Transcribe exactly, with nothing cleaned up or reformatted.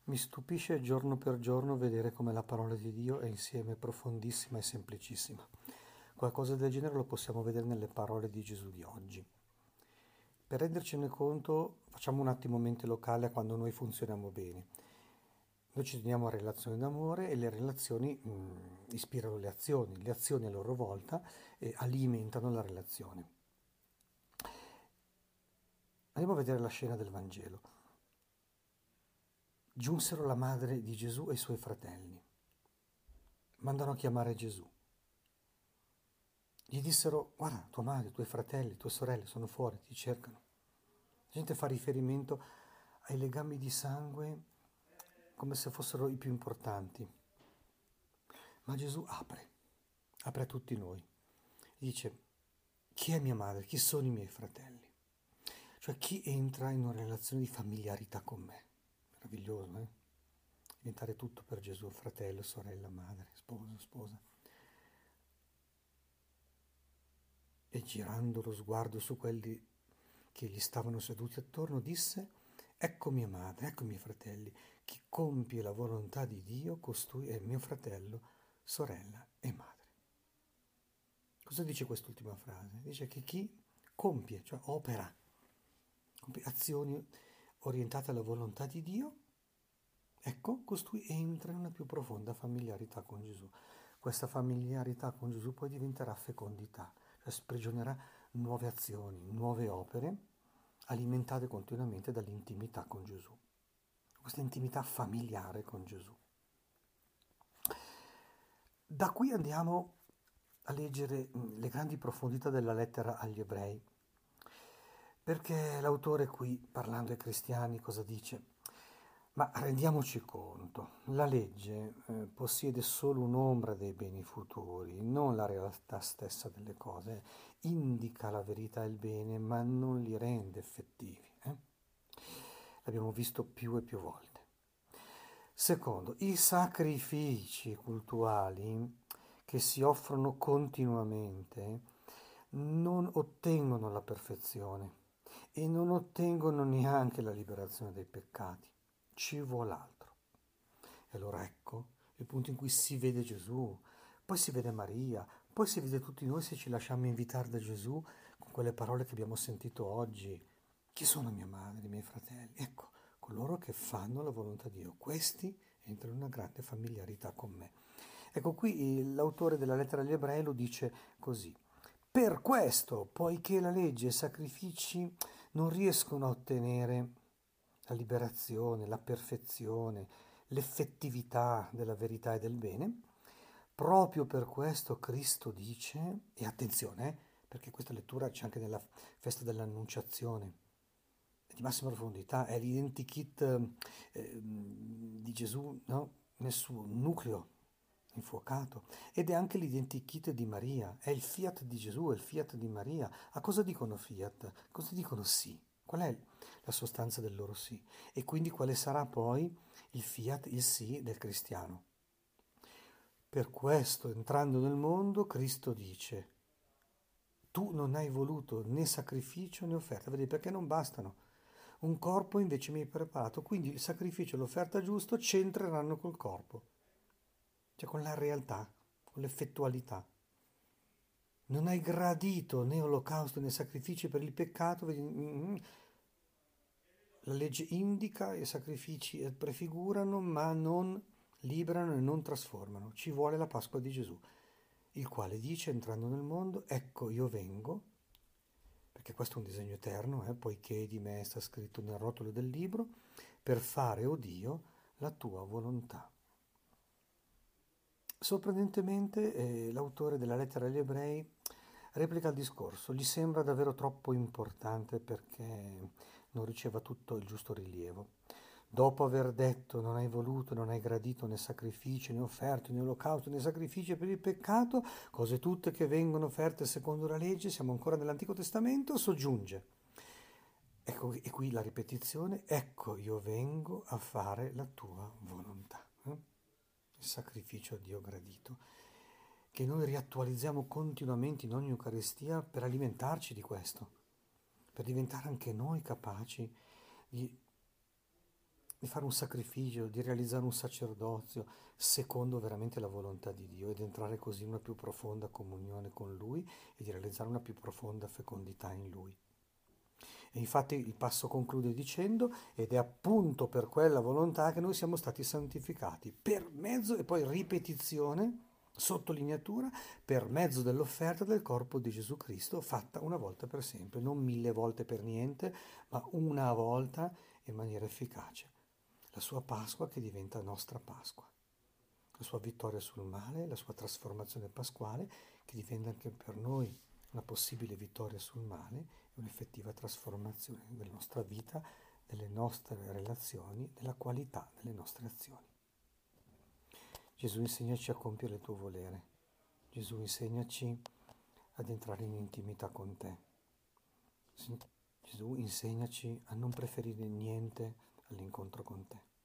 Mi stupisce giorno per giorno vedere come la parola di Dio è insieme profondissima e semplicissima. Qualcosa del genere lo possiamo vedere nelle parole di Gesù di oggi. Per rendercene conto, facciamo un attimo mente locale a quando noi funzioniamo bene. Noi ci teniamo a relazioni d'amore e le relazioni mh, ispirano le azioni, le azioni a loro volta eh, alimentano la relazione. Andiamo a vedere la scena del Vangelo. Giunsero la madre di Gesù e i suoi fratelli. Mandano a chiamare Gesù. Gli dissero, guarda, tua madre, i tuoi fratelli, le tue sorelle sono fuori, ti cercano. La gente fa riferimento ai legami di sangue come se fossero i più importanti. Ma Gesù apre, apre a tutti noi. Dice, chi è mia madre? Chi sono i miei fratelli? Cioè chi entra in una relazione di familiarità con me. Meraviglioso, eh? Diventare tutto per Gesù, fratello, sorella, madre, sposo, sposa. E girando lo sguardo su quelli che gli stavano seduti attorno, disse, ecco mia madre, ecco i miei fratelli, chi compie la volontà di Dio, costui è mio fratello, sorella e madre. Cosa dice quest'ultima frase? Dice che chi compie, cioè opera, compie azioni orientate alla volontà di Dio, ecco, costui entra in una più profonda familiarità con Gesù. Questa familiarità con Gesù poi diventerà fecondità, cioè sprigionerà nuove azioni, nuove opere, alimentate continuamente dall'intimità con Gesù. Questa intimità familiare con Gesù. Da qui andiamo a leggere le grandi profondità della lettera agli ebrei, perché l'autore qui, parlando ai cristiani, cosa dice? Ma rendiamoci conto, la legge eh, possiede solo un'ombra dei beni futuri, non la realtà stessa delle cose, indica la verità e il bene, ma non li rende effettivi. Eh? L'abbiamo visto più e più volte. Secondo, i sacrifici cultuali che si offrono continuamente non ottengono la perfezione e non ottengono neanche la liberazione dai peccati. Ci vuole altro. E allora ecco il punto in cui si vede Gesù, poi si vede Maria, poi si vede tutti noi se ci lasciamo invitare da Gesù con quelle parole che abbiamo sentito oggi. Chi sono mia madre, i miei fratelli? Ecco, coloro che fanno la volontà di Dio. Questi entrano in una grande familiarità con me. Ecco, qui l'autore della lettera agli ebrei lo dice così. Per questo, poiché la legge e i sacrifici non riescono a ottenere la liberazione, la perfezione, l'effettività della verità e del bene, proprio per questo Cristo dice, e attenzione, eh, perché questa lettura c'è anche nella festa dell'Annunciazione, è di massima profondità, è l'identikit eh, di Gesù, no? Nel suo nucleo infuocato, ed è anche l'identikit di Maria, è il fiat di Gesù, è il fiat di Maria. A cosa dicono fiat? Cosa dicono sì? Qual è la sostanza del loro sì? E quindi quale sarà poi il fiat, il sì del cristiano? Per questo, entrando nel mondo, Cristo dice, tu non hai voluto né sacrificio né offerta, vedi perché non bastano. Un corpo invece mi hai preparato, quindi il sacrificio e l'offerta giusto c'entreranno col corpo, cioè con la realtà, con l'effettualità. Non hai gradito né olocausto né sacrifici per il peccato, vedi, mm, mm, la legge indica i sacrifici prefigurano, ma non liberano e non trasformano. Ci vuole la Pasqua di Gesù, il quale dice, entrando nel mondo, ecco io vengo, perché questo è un disegno eterno, eh, poiché di me sta scritto nel rotolo del libro, per fare, o Dio, la tua volontà. Sorprendentemente, eh, l'autore della lettera agli ebrei replica il discorso, gli sembra davvero troppo importante perché non riceva tutto il giusto rilievo. Dopo aver detto non hai voluto, non hai gradito né sacrifici, né offerte, né olocausto, né sacrifici per il peccato, cose tutte che vengono offerte secondo la legge, siamo ancora nell'Antico Testamento, soggiunge. Ecco, e qui la ripetizione, ecco io vengo a fare la tua volontà. Eh? Il sacrificio a Dio gradito, che noi riattualizziamo continuamente in ogni Eucaristia per alimentarci di questo, per diventare anche noi capaci di di fare un sacrificio, di realizzare un sacerdozio secondo veramente la volontà di Dio ed entrare così in una più profonda comunione con Lui e di realizzare una più profonda fecondità in Lui. E infatti il passo conclude dicendo, ed è appunto per quella volontà che noi siamo stati santificati, per mezzo, e poi ripetizione, sottolineatura, per mezzo dell'offerta del corpo di Gesù Cristo, fatta una volta per sempre, non mille volte per niente, ma una volta in maniera efficace. La sua Pasqua che diventa nostra Pasqua, la sua vittoria sul male, la sua trasformazione pasquale che diventa anche per noi una possibile vittoria sul male e un'effettiva trasformazione della nostra vita, delle nostre relazioni, della qualità delle nostre azioni. Gesù, insegnaci a compiere il tuo volere. Gesù, insegnaci ad entrare in intimità con te. Gesù, insegnaci a non preferire niente all'incontro con te.